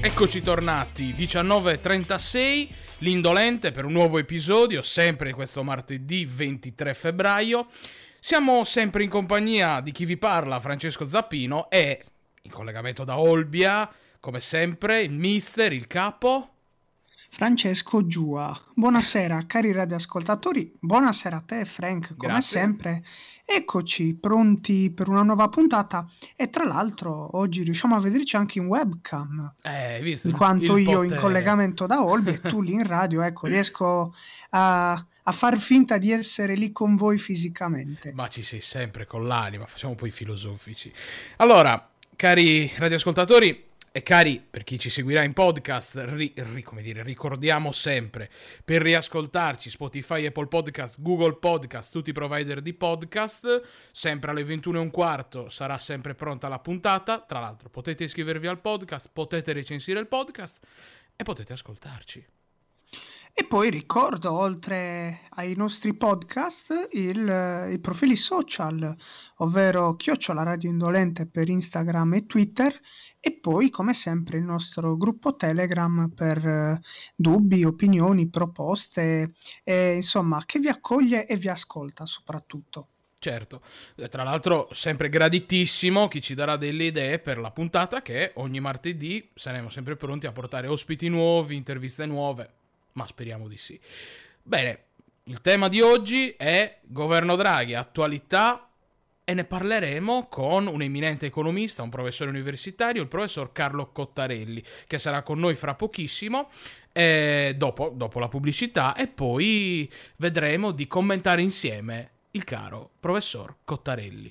Eccoci tornati, 19:36, l'Indolente per un nuovo episodio, sempre questo martedì 23 febbraio. Siamo sempre in compagnia di chi vi parla, Francesco Zappino, e in collegamento da Olbia, come sempre, il mister, il capo... Francesco Giua. Buonasera cari radioascoltatori, buonasera a te Frank, come Grazie. sempre. Eccoci pronti per una nuova puntata e tra l'altro oggi riusciamo a vederci anche in webcam, Visto in quanto il io potere. in collegamento da Olbia e tu lì in radio, ecco, riesco a far finta di essere lì con voi fisicamente. Ma ci sei sempre con l'anima, facciamo poi filosofici. Allora, cari radioascoltatori, e cari, per chi ci seguirà in podcast, ricordiamo sempre, per riascoltarci Spotify, Apple Podcast, Google Podcast, tutti i provider di podcast, sempre alle 21:15 sarà sempre pronta la puntata. Tra l'altro potete iscrivervi al podcast, potete recensire il podcast e potete ascoltarci. E poi ricordo, oltre ai nostri podcast, i profili social, ovvero @ Radio Indolente per Instagram e Twitter, e poi, come sempre, il nostro gruppo Telegram per dubbi, opinioni, proposte, insomma, che vi accoglie e vi ascolta soprattutto. Certo, tra l'altro sempre graditissimo chi ci darà delle idee per la puntata, che ogni martedì saremo sempre pronti a portare ospiti nuovi, interviste nuove, ma speriamo di sì. Bene, il tema di oggi è governo Draghi, attualità, e ne parleremo con un eminente economista, un professore universitario, il professor Carlo Cottarelli, che sarà con noi fra pochissimo, dopo la pubblicità, e poi vedremo di commentare insieme il caro professor Cottarelli.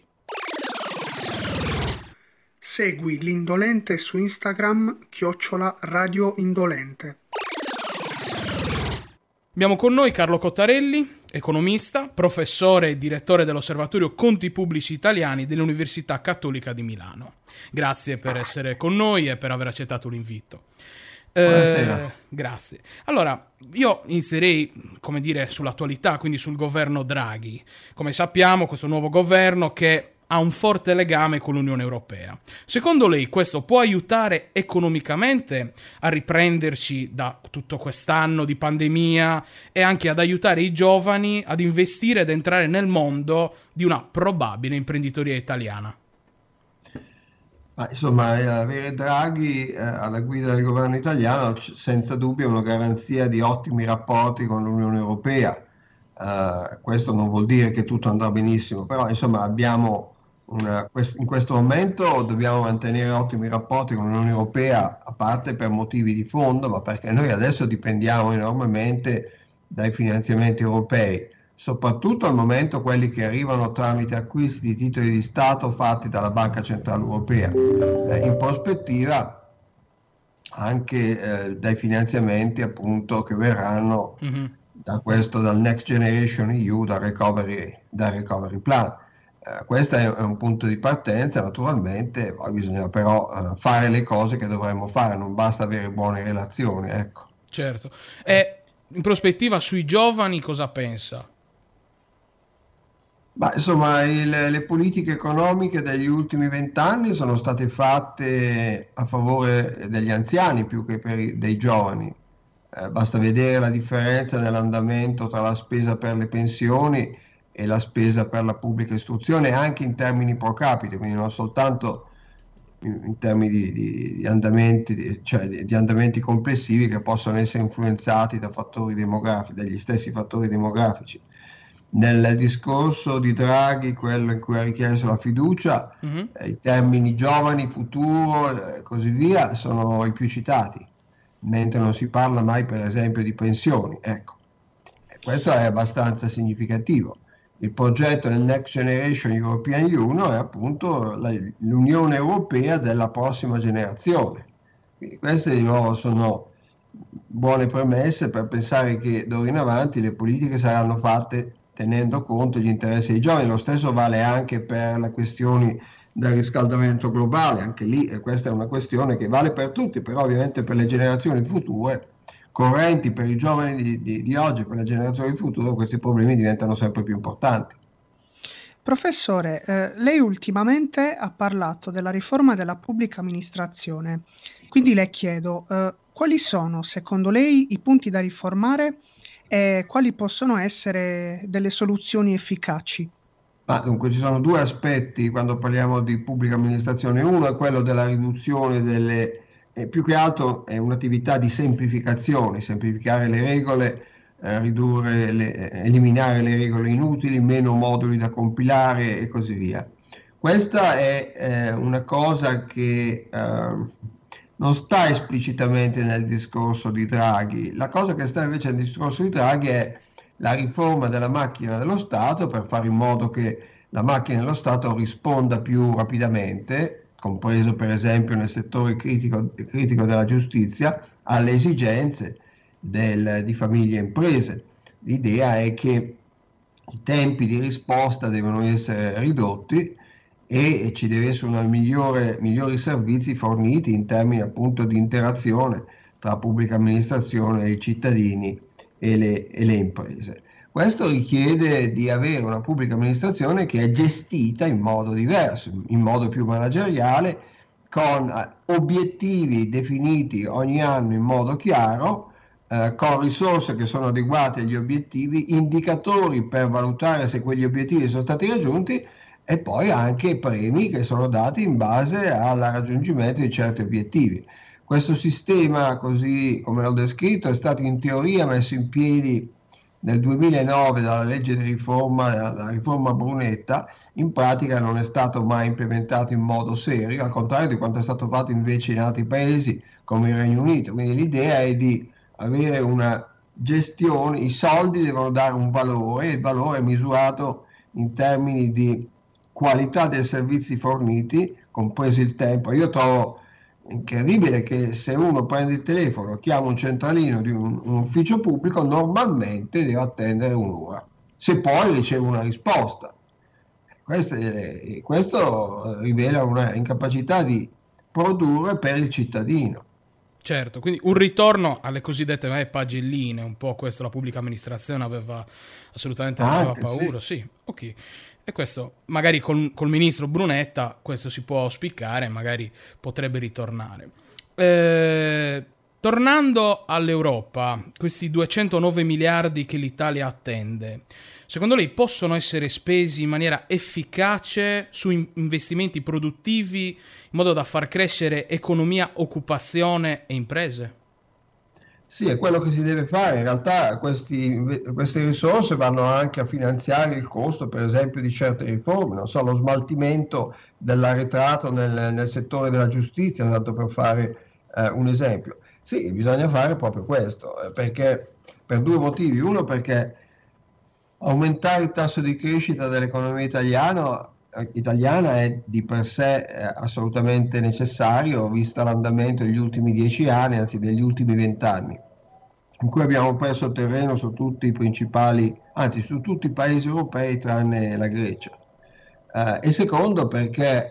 Segui l'Indolente su Instagram @Radio Indolente. Abbiamo con noi Carlo Cottarelli, economista, professore e direttore dell'Osservatorio Conti Pubblici Italiani dell'Università Cattolica di Milano. Grazie per essere con noi e per aver accettato l'invito. Buonasera. Grazie. Allora, io inizierei, come dire, sull'attualità, quindi sul governo Draghi. Come sappiamo, questo nuovo governo che ha un forte legame con l'Unione Europea. Secondo lei questo può aiutare economicamente a riprenderci da tutto quest'anno di pandemia e anche ad aiutare i giovani ad investire ed entrare nel mondo di una probabile imprenditoria italiana? Insomma, avere Draghi alla guida del governo italiano senza dubbio è una garanzia di ottimi rapporti con l'Unione Europea. Questo non vuol dire che tutto andrà benissimo, però insomma in questo momento dobbiamo mantenere ottimi rapporti con l'Unione Europea, a parte per motivi di fondo, ma perché noi adesso dipendiamo enormemente dai finanziamenti europei, soprattutto al momento quelli che arrivano tramite acquisti di titoli di Stato fatti dalla Banca Centrale Europea, in prospettiva anche dai finanziamenti appunto che verranno dal Next Generation EU, dal recovery Plan. Questo è un punto di partenza, naturalmente, poi bisogna però fare le cose che dovremmo fare, non basta avere buone relazioni, ecco. Certo. E in prospettiva sui giovani cosa pensa? Insomma, le politiche economiche degli ultimi 20 anni sono state fatte a favore degli anziani più che dei giovani. Basta vedere la differenza nell'andamento tra la spesa per le pensioni e la spesa per la pubblica istruzione, anche in termini pro capite, quindi non soltanto in termini di andamenti, cioè di andamenti complessivi che possono essere influenzati da fattori demografici, dagli stessi fattori demografici. Nel discorso di Draghi, quello in cui ha richiesto la fiducia, i termini giovani, futuro e così via sono i più citati, mentre non si parla mai per esempio di pensioni, ecco. E questo è abbastanza significativo. Il progetto del Next Generation European Union è appunto l'Unione Europea della prossima generazione. Quindi queste di nuovo sono buone premesse per pensare che d'ora in avanti le politiche saranno fatte tenendo conto degli interessi dei giovani. Lo stesso vale anche per le questioni del riscaldamento globale, anche lì questa è una questione che vale per tutti, però ovviamente per le generazioni future correnti, per i giovani di oggi, per le generazioni del futuro, questi problemi diventano sempre più importanti. Professore, lei ultimamente ha parlato della riforma della pubblica amministrazione, quindi le chiedo, quali sono secondo lei i punti da riformare e quali possono essere delle soluzioni efficaci? Dunque ci sono due aspetti quando parliamo di pubblica amministrazione. Uno è quello della riduzione più che altro è un'attività di semplificazione, semplificare le regole, eliminare le regole inutili, meno moduli da compilare e così via. Questa è una cosa che non sta esplicitamente nel discorso di Draghi. La cosa che sta invece nel discorso di Draghi è la riforma della macchina dello Stato per fare in modo che la macchina dello Stato risponda più rapidamente, compreso per esempio nel settore critico della giustizia, alle esigenze di famiglie e imprese. L'idea è che i tempi di risposta devono essere ridotti e ci deve essere migliori servizi forniti in termini appunto di interazione tra pubblica amministrazione e i cittadini e le imprese. Questo richiede di avere una pubblica amministrazione che è gestita in modo diverso, in modo più manageriale, con obiettivi definiti ogni anno in modo chiaro, con risorse che sono adeguate agli obiettivi, indicatori per valutare se quegli obiettivi sono stati raggiunti e poi anche premi che sono dati in base al raggiungimento di certi obiettivi. Questo sistema, così come l'ho descritto, è stato in teoria messo in piedi nel 2009 dalla legge di riforma, la riforma Brunetta. In pratica non è stato mai implementato in modo serio, al contrario di quanto è stato fatto invece in altri paesi come il Regno Unito. Quindi l'idea è di avere una gestione, i soldi devono dare un valore, il valore è misurato in termini di qualità dei servizi forniti, compreso il tempo. Io trovo incredibile che se uno prende il telefono, chiama un centralino di un ufficio pubblico, normalmente deve attendere un'ora, se poi riceve una risposta. Questo rivela una incapacità di produrre per il cittadino. Certo, quindi un ritorno alle cosiddette pagelline, un po' questo la pubblica amministrazione aveva paura, sì. Ok. E questo magari col ministro Brunetta questo si può auspicare, magari potrebbe ritornare. Tornando all'Europa, questi 209 miliardi che l'Italia attende, secondo lei possono essere spesi in maniera efficace su investimenti produttivi in modo da far crescere economia, occupazione e imprese? Sì, è quello che si deve fare. In realtà queste risorse vanno anche a finanziare il costo, per esempio, di certe riforme, non so, lo smaltimento dell'arretrato nel settore della giustizia, tanto per fare un esempio. Sì, bisogna fare proprio questo, perché per due motivi. Uno, perché aumentare il tasso di crescita dell'economia italiana è di per sé assolutamente necessario, vista l'andamento degli ultimi 10 anni, anzi degli ultimi 20 anni, in cui abbiamo perso terreno su tutti i paesi europei tranne la Grecia. E secondo, perché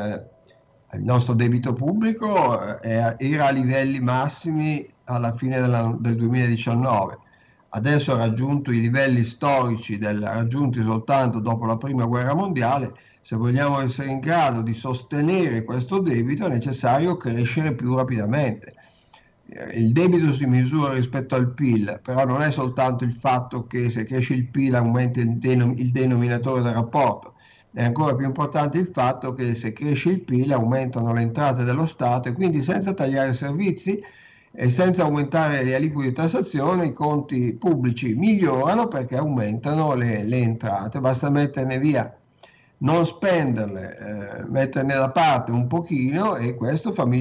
il nostro debito pubblico era a livelli massimi alla fine del 2019. Adesso ha raggiunto i livelli storici raggiunti soltanto dopo la Prima Guerra Mondiale. Se vogliamo essere in grado di sostenere questo debito è necessario crescere più rapidamente. Il debito si misura rispetto al PIL, però non è soltanto il fatto che se cresce il PIL aumenta il denominatore del rapporto. È ancora più importante il fatto che se cresce il PIL aumentano le entrate dello Stato e quindi senza tagliare i servizi e senza aumentare le aliquote di tassazione i conti pubblici migliorano perché aumentano le entrate. Basta metterne via, non spenderle, metterne da parte un pochino e questo fa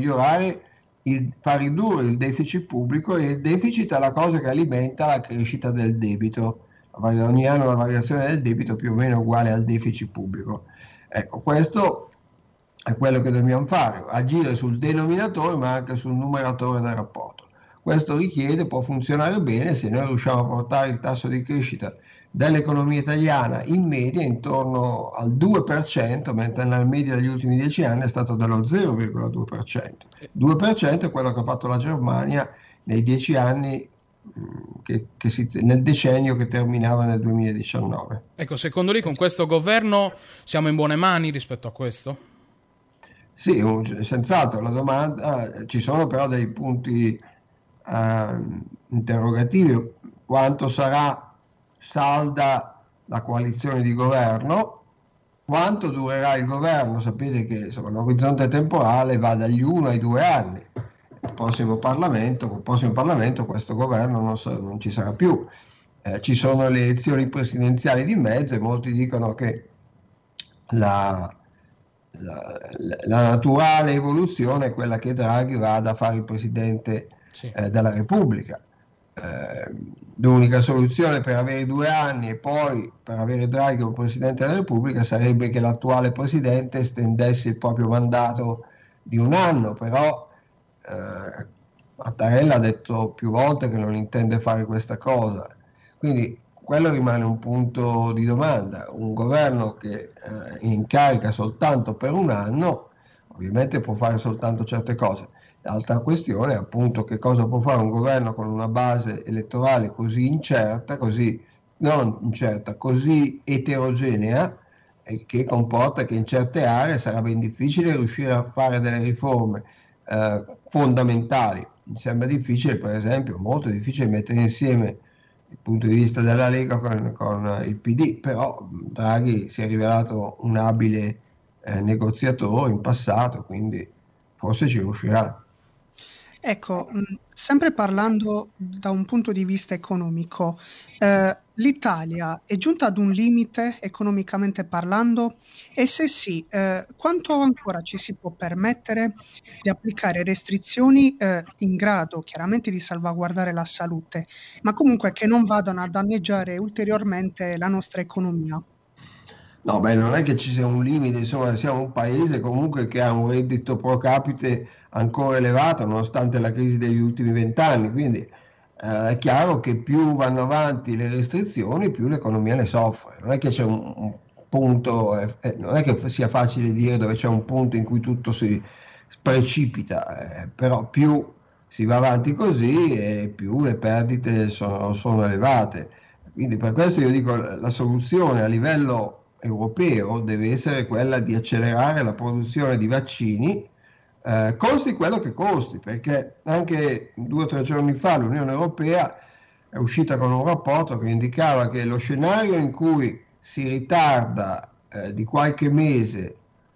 fa ridurre il deficit pubblico, e il deficit è la cosa che alimenta la crescita del debito. Ogni anno la variazione del debito più o meno è uguale al deficit pubblico. Ecco, questo è quello che dobbiamo fare, agire sul denominatore ma anche sul numeratore del rapporto. Questo può funzionare bene se noi riusciamo a portare il tasso di crescita dell'economia italiana in media intorno al 2%, mentre nella media degli ultimi 10 anni è stato dello 0,2%. 2% è quello che ha fatto la Germania nei 10 anni nel decennio che terminava nel 2019. Ecco, secondo lei con questo governo siamo in buone mani rispetto a questo? Sì, senz'altro. La domanda, ci sono però dei punti interrogativi. Quanto sarà salda la coalizione di governo? Quanto durerà il governo? Sapete che insomma, l'orizzonte temporale va dagli 1 ai 2 anni. Col prossimo Parlamento questo governo non ci sarà più. Ci sono le elezioni presidenziali di mezzo e molti dicono che la naturale evoluzione è quella che Draghi vada a fare il Presidente della Repubblica. L'unica soluzione per avere 2 anni e poi per avere Draghi come Presidente della Repubblica sarebbe che l'attuale Presidente estendesse il proprio mandato di 1 anno, però Mattarella ha detto più volte che non intende fare questa cosa, quindi quello rimane un punto di domanda. Un governo che è in carica soltanto per 1 anno ovviamente può fare soltanto certe cose. L'altra questione è appunto che cosa può fare un governo con una base elettorale così incerta, così eterogenea, e che comporta che in certe aree sarà ben difficile riuscire a fare delle riforme fondamentali. Mi sembra difficile, per esempio, molto difficile mettere insieme il punto di vista della Lega con il PD, però Draghi si è rivelato un abile negoziatore in passato, quindi forse ci riuscirà. Ecco, sempre parlando da un punto di vista economico, l'Italia è giunta ad un limite economicamente parlando? E se sì, quanto ancora ci si può permettere di applicare restrizioni in grado chiaramente di salvaguardare la salute, ma comunque che non vadano a danneggiare ulteriormente la nostra economia? No, beh, non è che ci sia un limite, insomma, siamo un paese comunque che ha un reddito pro capite ancora elevato, nonostante la crisi degli ultimi 20 anni, quindi è chiaro che più vanno avanti le restrizioni, più l'economia ne soffre. Non è che c'è un punto, non è che sia facile dire dove c'è un punto in cui tutto si precipita, però più si va avanti così e più le perdite sono elevate. Quindi per questo io dico la soluzione a livello europeo deve essere quella di accelerare la produzione di vaccini, costi quello che costi, perché anche 2 o 3 giorni fa l'Unione Europea è uscita con un rapporto che indicava che lo scenario in cui si ritarda di qualche mese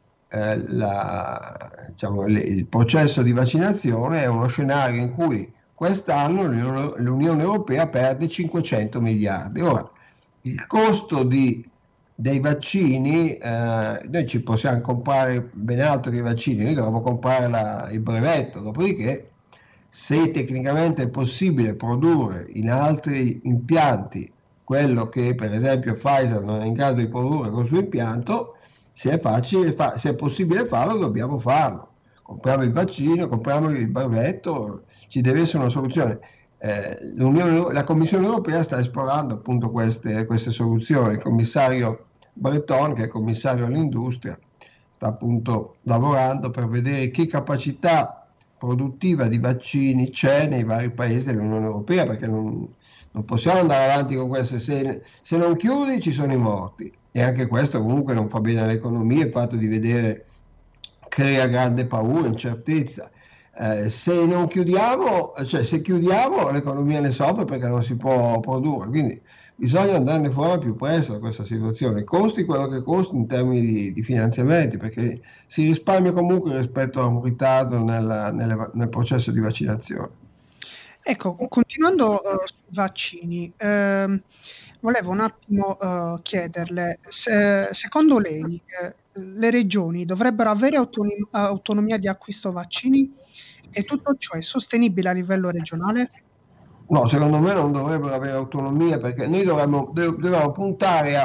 il processo di vaccinazione è uno scenario in cui quest'anno l'Unione Europea perde 500 miliardi. Ora, il costo dei vaccini, noi ci possiamo comprare ben altro che i vaccini, noi dobbiamo comprare il brevetto, dopodiché se tecnicamente è possibile produrre in altri impianti quello che per esempio Pfizer non è in grado di produrre col suo impianto, se è possibile farlo dobbiamo farlo, compriamo il vaccino, compriamo il brevetto, ci deve essere una soluzione. La Commissione Europea sta esplorando appunto queste soluzioni. Il commissario Breton, che è il commissario all'industria, sta appunto lavorando per vedere che capacità produttiva di vaccini c'è nei vari paesi dell'Unione Europea, perché non possiamo andare avanti con questo. Se non chiudi ci sono i morti, e anche questo comunque non fa bene all'economia. Il fatto di vedere crea grande paura, incertezza. Se non chiudiamo, cioè se chiudiamo l'economia ne soffre perché non si può produrre, quindi bisogna andarne fuori più presto da questa situazione, costi quello che costi in termini di finanziamenti, perché si risparmia comunque rispetto a un ritardo nel processo di vaccinazione. Ecco, continuando sui vaccini, volevo un attimo chiederle, secondo lei le regioni dovrebbero avere autonomia di acquisto vaccini, e tutto ciò è sostenibile a livello regionale? No, secondo me non dovrebbero avere autonomia, perché noi dobbiamo puntare a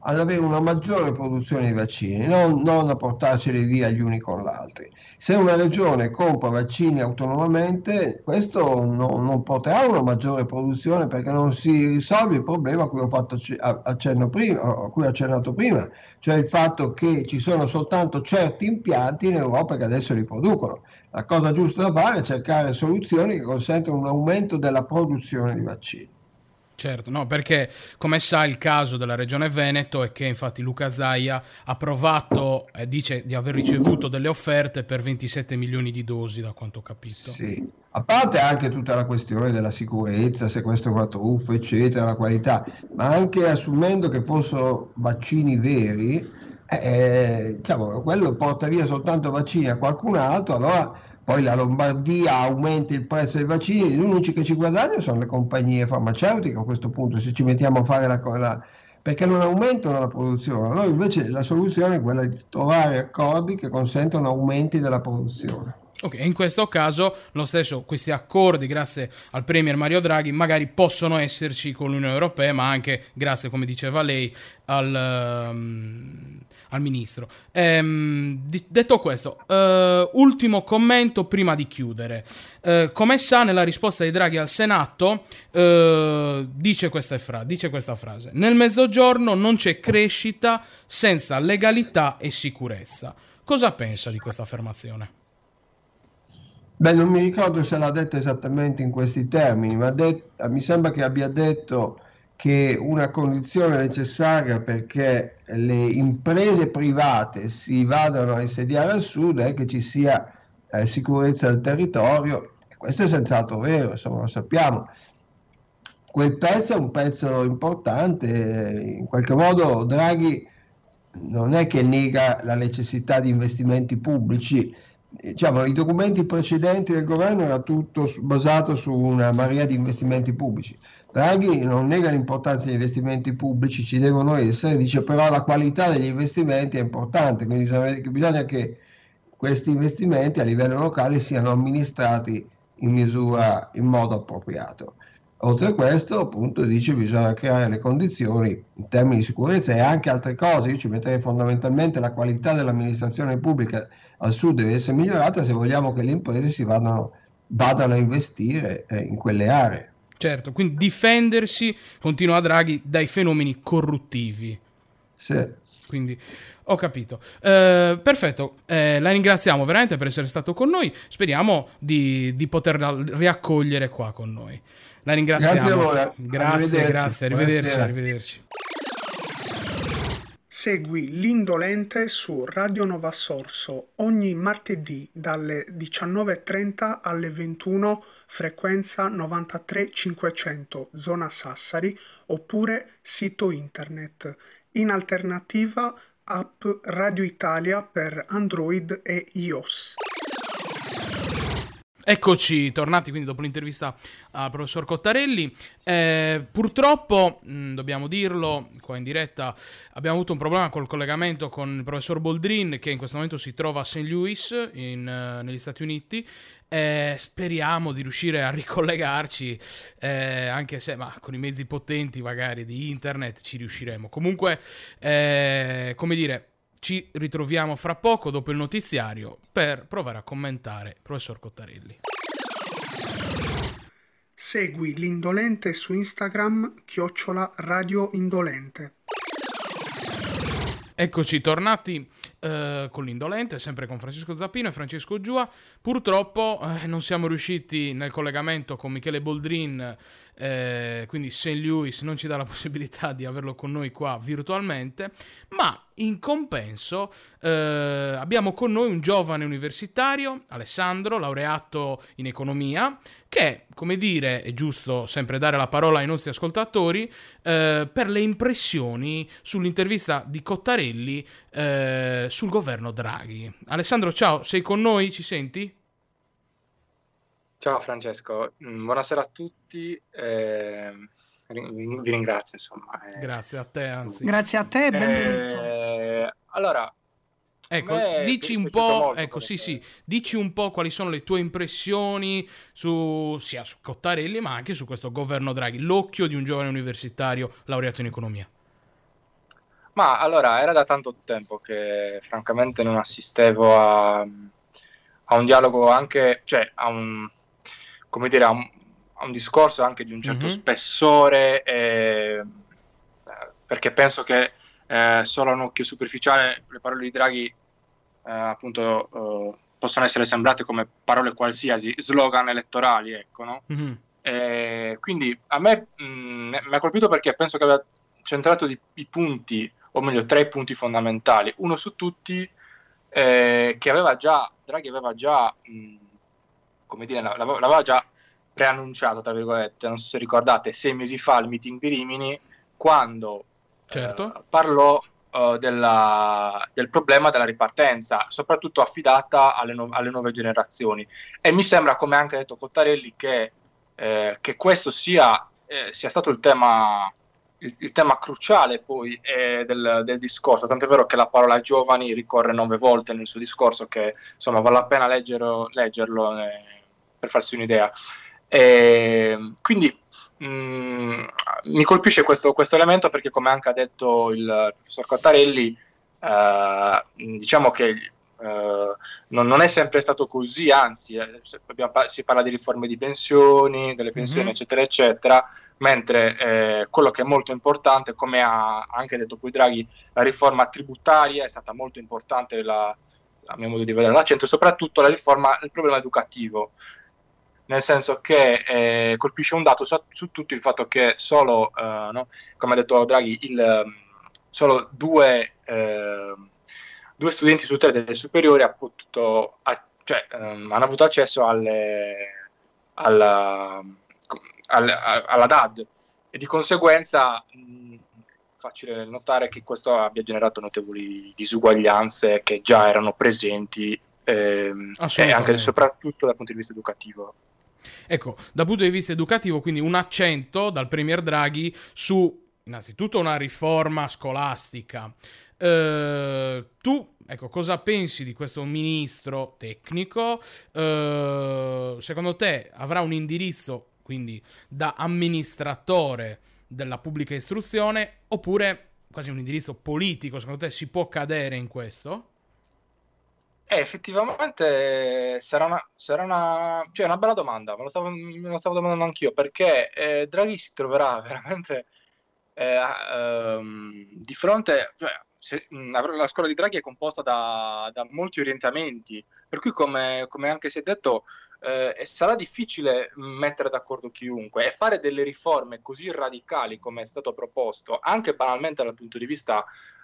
ad avere una maggiore produzione di vaccini, non a portarceli via gli uni con gli altri. Se una regione compra vaccini autonomamente, questo non porterà a una maggiore produzione, perché non si risolve il problema a cui ho fatto accenno prima, a cui ho accennato prima, cioè il fatto che ci sono soltanto certi impianti in Europa che adesso li producono. La cosa giusta da fare è cercare soluzioni che consentono un aumento della produzione di vaccini. Certo, no, perché come sa il caso della regione Veneto è che infatti Luca Zaia ha provato, dice di aver ricevuto delle offerte per 27 milioni di dosi, da quanto ho capito. Sì, a parte anche tutta la questione della sicurezza, se questo è una truffa, eccetera, la qualità, ma anche assumendo che fossero vaccini veri, diciamo, quello porta via soltanto vaccini a qualcun altro, allora poi la Lombardia aumenta il prezzo dei vaccini, gli unici che ci guadagnano sono le compagnie farmaceutiche a questo punto, se ci mettiamo a fare perché non aumentano la produzione. Allora invece la soluzione è quella di trovare accordi che consentono aumenti della produzione. Ok, in questo caso lo stesso, questi accordi, grazie al Premier Mario Draghi, magari possono esserci con l'Unione Europea, ma anche grazie, come diceva lei, al Ministro. Detto questo, ultimo commento prima di chiudere. Come sa, nella risposta di Draghi al Senato dice questa frase: nel Mezzogiorno non c'è crescita senza legalità e sicurezza. Cosa pensa di questa affermazione? Beh, non mi ricordo se l'ha detta esattamente in questi termini, ma mi sembra che abbia detto che una condizione necessaria perché le imprese private si vadano a insediare al sud è che ci sia sicurezza del territorio, e questo è senz'altro vero, insomma, lo sappiamo. Quel pezzo è un pezzo importante, in qualche modo Draghi non è che nega la necessità di investimenti pubblici. Diciamo, i documenti precedenti del governo era tutto basato su una marea di investimenti pubblici. Draghi non nega l'importanza degli investimenti pubblici, ci devono essere, dice però la qualità degli investimenti è importante, quindi bisogna che questi investimenti a livello locale siano amministrati in modo appropriato. Oltre a questo, appunto, dice che bisogna creare le condizioni in termini di sicurezza e anche altre cose. Io ci metterei fondamentalmente la qualità dell'amministrazione pubblica al sud deve essere migliorata se vogliamo che le imprese vadano a investire in quelle aree. Certo, quindi difendersi, continua Draghi, dai fenomeni corruttivi. Sì. Quindi ho capito. Perfetto, la ringraziamo veramente per essere stato con noi. Speriamo di poterla riaccogliere qua con noi. La ringraziamo. Grazie, arrivederci. Segui l'Indolente su Radio Nova Sorso ogni martedì dalle 19:30 alle 21, frequenza 93.500, zona Sassari, oppure sito internet. In alternativa, app Radio Italia per Android e iOS. Eccoci tornati quindi dopo l'intervista al professor Cottarelli. Purtroppo, dobbiamo dirlo qua in diretta, abbiamo avuto un problema col collegamento con il professor Boldrin, che in questo momento si trova a St. Louis negli Stati Uniti. Speriamo di riuscire a ricollegarci, anche se con i mezzi potenti magari di internet ci riusciremo. Comunque, come dire, ci ritroviamo fra poco dopo il notiziario per provare a commentare il professor Cottarelli. Segui l'Indolente su Instagram @radioindolente. Eccoci tornati con l'Indolente, sempre con Francesco Zappino e Francesco Giua. Purtroppo non siamo riusciti nel collegamento con Michele Boldrin, quindi St. Louis non ci dà la possibilità di averlo con noi qua virtualmente, ma in compenso abbiamo con noi un giovane universitario, Alessandro, laureato in economia, che, come dire, è giusto sempre dare la parola ai nostri ascoltatori per le impressioni sull'intervista di Cottarelli sul governo Draghi. Alessandro, ciao, sei con noi? Ci senti? Ciao Francesco, buonasera a tutti, vi ringrazio insomma. Grazie a te, anzi. Grazie a te e benvenuto. Allora, ecco, dici un po', dici un po' quali sono le tue impressioni sia su Cottarelli ma anche su questo governo Draghi, l'occhio di un giovane universitario laureato in economia. Ma allora, era da tanto tempo che francamente non assistevo a un dialogo anche, cioè come dire, a un discorso anche di un certo spessore, perché penso che solo a un occhio superficiale le parole di Draghi appunto possono essere sembrate come parole qualsiasi, slogan elettorali, ecco, no? Quindi a me mi ha colpito perché penso che aveva centrato i punti, o meglio 3 punti fondamentali, uno su tutti che Draghi aveva già come dire, l'aveva già preannunciato, tra virgolette, non so se ricordate, 6 mesi fa al meeting di Rimini, quando parlò del problema della ripartenza, soprattutto affidata alle nuove generazioni. E mi sembra, come ha anche detto Cottarelli, che questo sia stato il tema cruciale poi del discorso, tant'è vero che la parola giovani ricorre 9 volte nel suo discorso, che insomma vale la pena leggerlo per farsi un'idea. Quindi mi colpisce questo elemento, perché come anche ha detto il professor Cottarelli, diciamo che non è sempre stato così, anzi si parla di riforme di pensioni, delle pensioni eccetera eccetera, mentre quello che è molto importante, come ha anche detto poi Draghi, la riforma tributaria è stata molto importante, a mio modo di vedere, l'accento, e soprattutto il problema educativo, nel senso che colpisce un dato su tutto, il fatto che solo, come ha detto Draghi, solo due studenti su 3 delle superiori hanno avuto accesso alla DAD, e di conseguenza facile notare che questo abbia generato notevoli disuguaglianze che già erano presenti, e anche e soprattutto dal punto di vista educativo. Ecco, dal punto di vista educativo, quindi un accento dal Premier Draghi su innanzitutto una riforma scolastica. Tu, ecco, cosa pensi di questo ministro tecnico? Secondo te avrà un indirizzo, quindi da amministratore della pubblica istruzione, oppure quasi un indirizzo politico? Secondo te si può cadere in questo? Effettivamente sarà una bella domanda, me lo stavo domandando anch'io, perché Draghi si troverà veramente di fronte, la scuola di Draghi è composta da molti orientamenti, per cui come anche si è detto, sarà difficile mettere d'accordo chiunque, e fare delle riforme così radicali come è stato proposto, anche banalmente dal punto di vista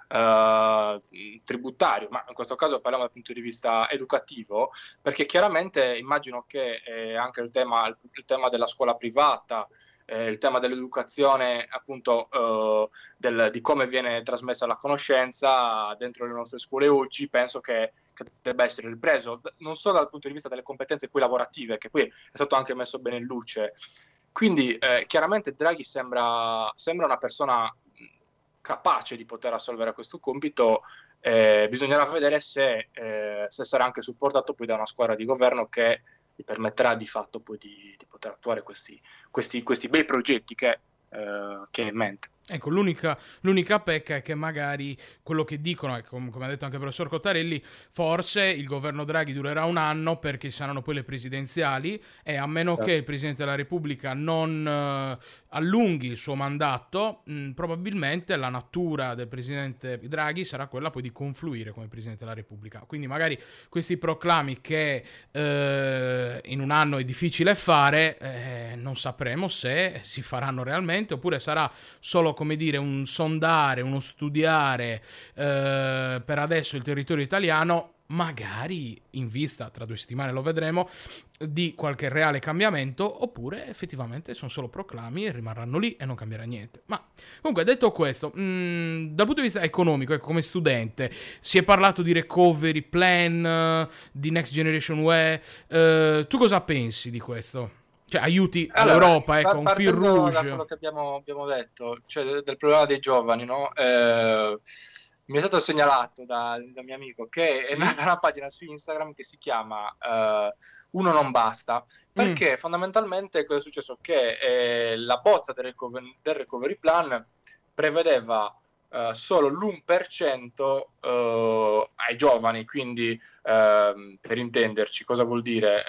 tributario, ma in questo caso parliamo dal punto di vista educativo, perché chiaramente immagino che anche il tema della scuola privata, il tema dell'educazione, appunto, di come viene trasmessa la conoscenza dentro le nostre scuole oggi, penso che debba essere ripreso, non solo dal punto di vista delle competenze poi lavorative, che qui è stato anche messo bene in luce. Quindi chiaramente Draghi sembra una persona capace di poter assolvere questo compito. Bisognerà vedere se sarà anche supportato poi da una squadra di governo che gli permetterà di fatto poi di poter attuare questi bei progetti che ha in mente. Ecco, l'unica pecca è che magari quello che dicono, come ha detto anche il professor Cottarelli, forse il governo Draghi durerà un anno perché saranno poi le presidenziali, e a meno che il Presidente della Repubblica non allunghi il suo mandato, probabilmente la natura del Presidente Draghi sarà quella poi di confluire come Presidente della Repubblica. Quindi magari questi proclami che in un anno è difficile fare, non sapremo se si faranno realmente, oppure sarà solo, come dire, un sondare, uno studiare per adesso il territorio italiano, magari in vista, tra 2 settimane lo vedremo, di qualche reale cambiamento, oppure effettivamente sono solo proclami e rimarranno lì e non cambierà niente. Ma comunque, detto questo, dal punto di vista economico, ecco, come studente, si è parlato di recovery plan, di Next Generation UE, tu cosa pensi di questo? Cioè, aiuti all'Europa, ecco, un fil rouge. Da quello che abbiamo detto, cioè del problema dei giovani, no? Mi è stato segnalato da un mio amico che è nata una pagina su Instagram che si chiama Uno non basta, perché fondamentalmente cosa è successo? Che la bozza del recovery plan prevedeva solo l'1% ai giovani, quindi per intenderci cosa vuol dire?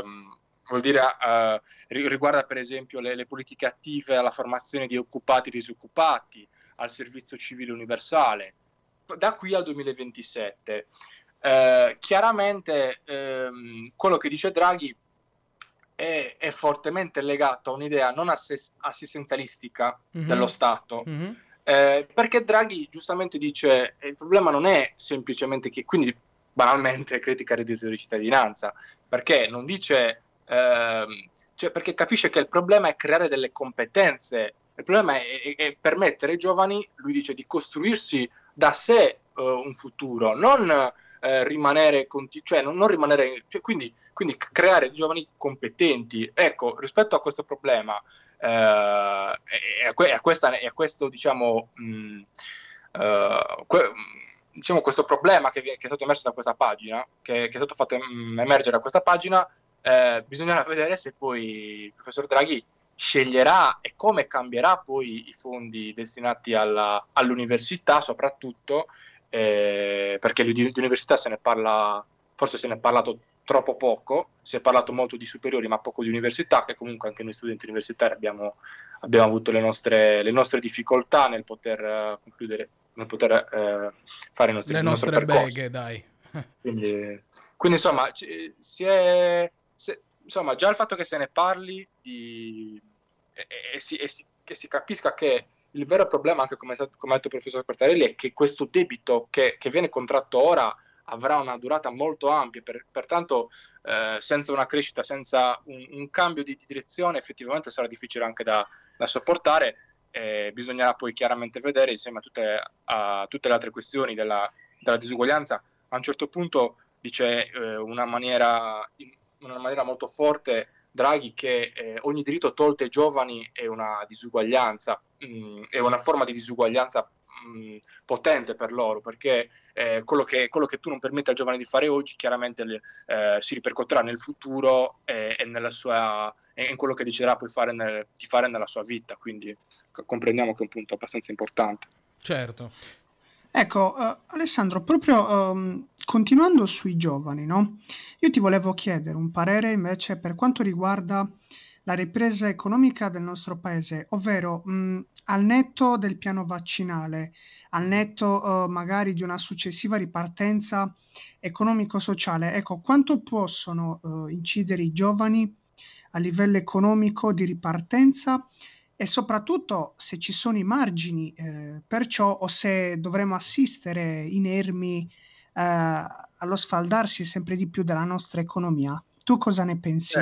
Riguarda per esempio le politiche attive alla formazione di occupati e disoccupati, al servizio civile universale, da qui al 2027. Chiaramente quello che dice Draghi è fortemente legato a un'idea non assistenzialistica dello Stato, perché Draghi giustamente dice il problema non è semplicemente che, quindi banalmente critica il reddito di cittadinanza, perché non dice perché capisce che il problema è creare delle competenze, il problema è permettere ai giovani, lui dice, di costruirsi da sé un futuro, non rimanere quindi creare giovani competenti. Ecco, rispetto a questo problema e a questo diciamo questo problema che è stato emerso da questa pagina, che è stato fatto emergere da questa pagina, bisognerà vedere se poi il professor Draghi sceglierà e come cambierà poi i fondi destinati all'università, soprattutto perché di università se ne parla, forse se ne è parlato troppo poco, si è parlato molto di superiori ma poco di università, che comunque anche noi studenti universitari abbiamo avuto le nostre difficoltà nel poter concludere, nel poter fare il nostro percorso. Beghe, dai. Quindi insomma, insomma, già il fatto che se ne parli e si capisca che il vero problema, anche come ha detto il professor Quartarelli, è che questo debito che viene contratto ora avrà una durata molto ampia, pertanto senza una crescita, senza un cambio di direzione, effettivamente sarà difficile anche da sopportare. Bisognerà poi chiaramente vedere, insieme a tutte le altre questioni della disuguaglianza. A un certo punto dice una maniera molto forte Draghi che ogni diritto tolto ai giovani è una disuguaglianza, è una forma di disuguaglianza potente per loro, perché quello che tu non permetti al giovane di fare oggi chiaramente si ripercuoterà nel futuro e in quello che deciderà poi di fare nella sua vita, quindi comprendiamo che è un punto abbastanza importante. Certo. Ecco, Alessandro, proprio continuando sui giovani, no? Io ti volevo chiedere un parere invece per quanto riguarda la ripresa economica del nostro paese, ovvero al netto del piano vaccinale, al netto magari di una successiva ripartenza economico-sociale, ecco, quanto possono incidere i giovani a livello economico di ripartenza e soprattutto se ci sono i margini per ciò o se dovremo assistere inermi allo sfaldarsi sempre di più della nostra economia. Tu cosa ne pensi?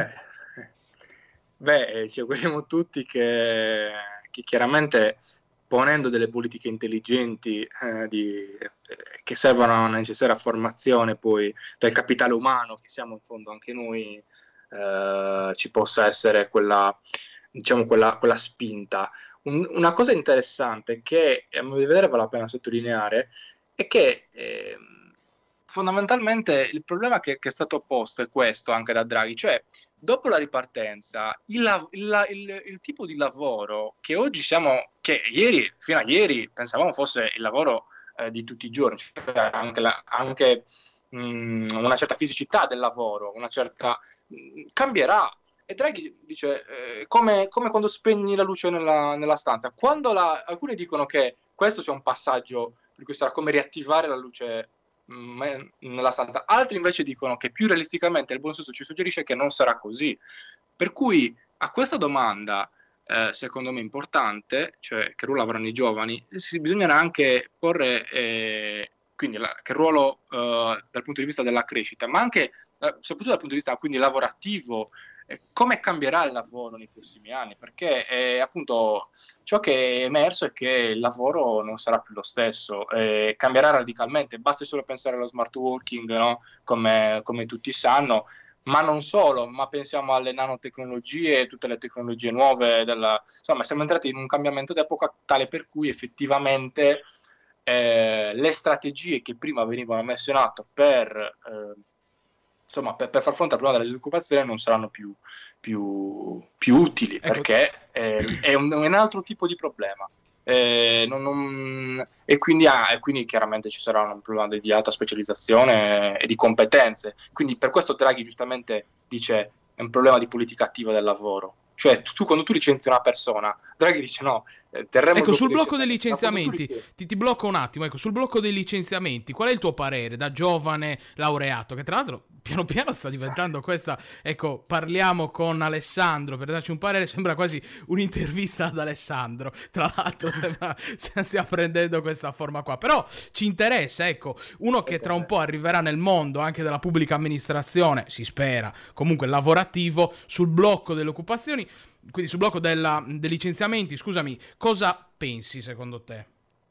Ci auguriamo tutti che chiaramente ponendo delle politiche intelligenti che servono a una necessaria formazione poi del capitale umano, che siamo in fondo anche noi, ci possa essere quella spinta. Una cosa interessante che a mio vedere vale la pena sottolineare è che fondamentalmente il problema che è stato posto è questo anche da Draghi, cioè dopo la ripartenza il tipo di lavoro che oggi che fino a ieri pensavamo fosse il lavoro di tutti i giorni, cioè anche una certa fisicità del lavoro, cambierà. E Draghi dice come quando spegni la luce nella stanza, quando alcuni dicono che questo sia un passaggio per cui sarà come riattivare la luce nella stanza, altri invece dicono che più realisticamente il buon senso ci suggerisce che non sarà così, per cui a questa domanda secondo me importante, cioè che ruolo avranno i giovani, bisognerà anche porre quindi che ruolo dal punto di vista della crescita, ma anche soprattutto dal punto di vista quindi lavorativo, come cambierà il lavoro nei prossimi anni, perché appunto ciò che è emerso è che il lavoro non sarà più lo stesso, cambierà radicalmente, basta solo pensare allo smart working, no? come tutti sanno, ma non solo, ma pensiamo alle nanotecnologie, tutte le tecnologie nuove, insomma siamo entrati in un cambiamento d'epoca tale per cui effettivamente le strategie che prima venivano messe in atto per far fronte al problema della disoccupazione non saranno più utili, ecco, perché è un altro tipo di problema. e quindi chiaramente ci sarà un problema di alta specializzazione e di competenze. Quindi per questo Draghi giustamente dice è un problema di politica attiva del lavoro. Cioè tu quando tu licenzi una persona, Draghi dice no, terremo... Ecco, sul blocco dei licenziamenti, ti blocco un attimo, ecco, sul blocco dei licenziamenti, qual è il tuo parere da giovane laureato, che tra l'altro piano piano sta diventando questa, ecco, parliamo con Alessandro per darci un parere, sembra quasi un'intervista ad Alessandro, tra l'altro stia prendendo questa forma qua, però ci interessa, ecco, uno che tra un po' arriverà nel mondo anche della pubblica amministrazione, si spera, comunque lavorativo, sul blocco delle occupazioni, quindi sul blocco dei licenziamenti, scusami, cosa pensi secondo te?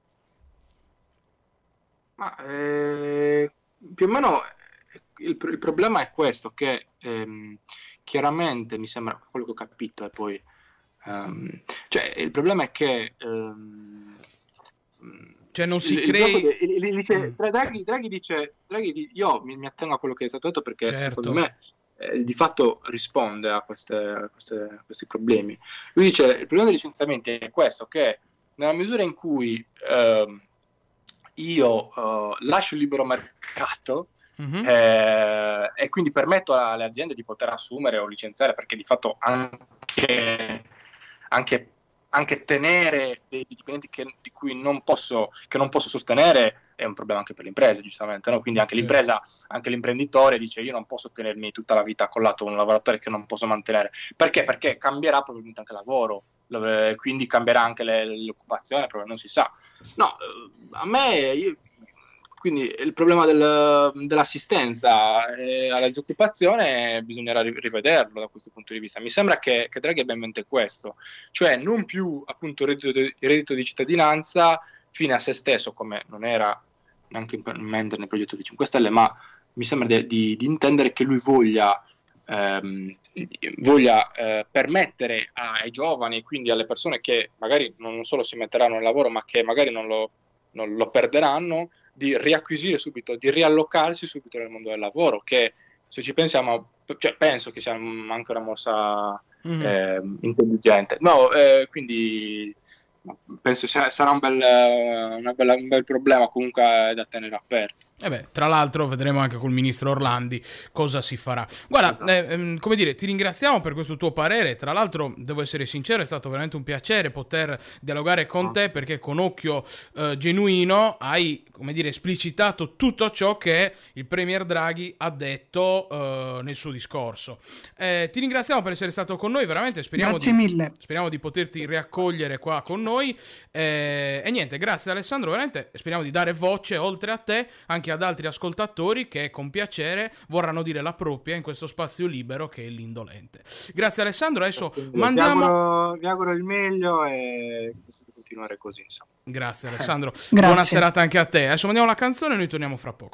Ma più o meno il problema è questo, che chiaramente mi sembra, quello che ho capito, e poi cioè il problema è che cioè non si crei... Draghi dice io mi attengo a quello che è stato detto perché certo. Secondo me di fatto risponde a questi problemi. Lui dice il problema dei licenziamenti è questo, che nella misura in cui io lascio il libero mercato e quindi permetto alle aziende di poter assumere o licenziare, perché di fatto anche tenere dei dipendenti che non posso sostenere è un problema anche per le imprese, giustamente, no? Quindi anche l'impresa, anche l'imprenditore dice io non posso tenermi tutta la vita accollato a un lavoratore che non posso mantenere. Perché? Perché cambierà probabilmente anche il lavoro, quindi cambierà anche l'occupazione, proprio non si sa. No, a me... Quindi il problema dell'assistenza alla disoccupazione bisognerà rivederlo da questo punto di vista. Mi sembra che Draghi abbia in mente questo, cioè non più appunto il reddito di cittadinanza fine a se stesso, come non era neanche in mente nel progetto di 5 Stelle, ma mi sembra di intendere che lui voglia permettere ai giovani, quindi alle persone che magari non solo si metteranno nel lavoro, ma che magari non lo perderanno, di riacquisire subito, di riallocarsi subito nel mondo del lavoro, che se ci pensiamo, cioè, penso che sia anche una mossa intelligente. No, quindi penso sarà un bel problema comunque da tenere aperto. Tra l'altro vedremo anche col ministro Orlandi cosa si farà. Guarda, come dire, ti ringraziamo per questo tuo parere. Tra l'altro, devo essere sincero, è stato veramente un piacere poter dialogare con te, perché con occhio genuino hai, come dire, esplicitato tutto ciò che il Premier Draghi ha detto nel suo discorso. Ti ringraziamo per essere stato con noi, veramente grazie mille. Speriamo di poterti riaccogliere qua con noi. E niente, grazie Alessandro, veramente speriamo di dare voce oltre a te anche ad altri ascoltatori che con piacere vorranno dire la propria in questo spazio libero che è l'Indolente. Grazie Alessandro, adesso mandiamo... Vi auguro il meglio e di continuare così, insomma. Grazie Alessandro, Grazie. Buona serata anche a te. Adesso mandiamo la canzone e noi torniamo fra poco.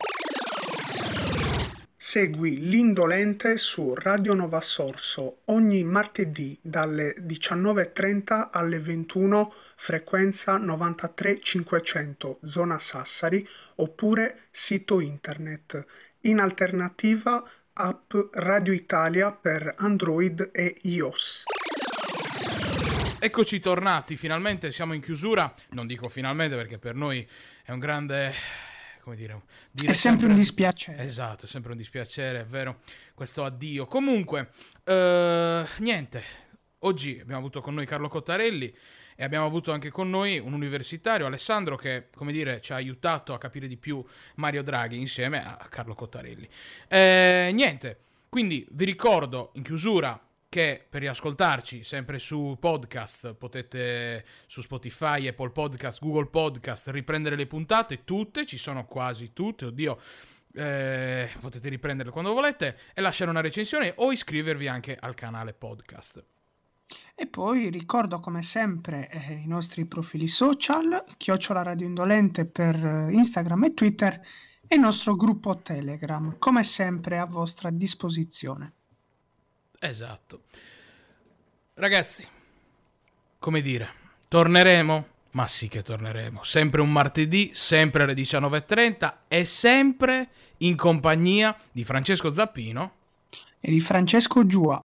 Segui l'Indolente su Radio Nova Sorso ogni martedì dalle 19.30 alle 21, frequenza 93.500, zona Sassari, oppure sito internet. In alternativa app Radio Italia per Android e iOS. Eccoci tornati, finalmente siamo in chiusura. Non dico finalmente perché per noi è un grande... come dire è sempre un dispiacere. Esatto, è sempre un dispiacere, è vero, questo addio. Comunque, niente, oggi abbiamo avuto con noi Carlo Cottarelli e abbiamo avuto anche con noi un universitario, Alessandro, che, come dire, ci ha aiutato a capire di più Mario Draghi insieme a Carlo Cottarelli. Niente, quindi vi ricordo in chiusura che per riascoltarci sempre su podcast potete su Spotify, Apple Podcast, Google Podcast riprendere le puntate tutte, ci sono quasi tutte, potete riprenderle quando volete e lasciare una recensione o iscrivervi anche al canale podcast. E poi ricordo come sempre i nostri profili social, @Radio Indolente per Instagram e Twitter, e il nostro gruppo Telegram, come sempre a vostra disposizione. Esatto. Ragazzi, come dire, torneremo? Ma sì che torneremo. Sempre un martedì, sempre alle 19.30 e sempre in compagnia di Francesco Zappino e di Francesco Giua.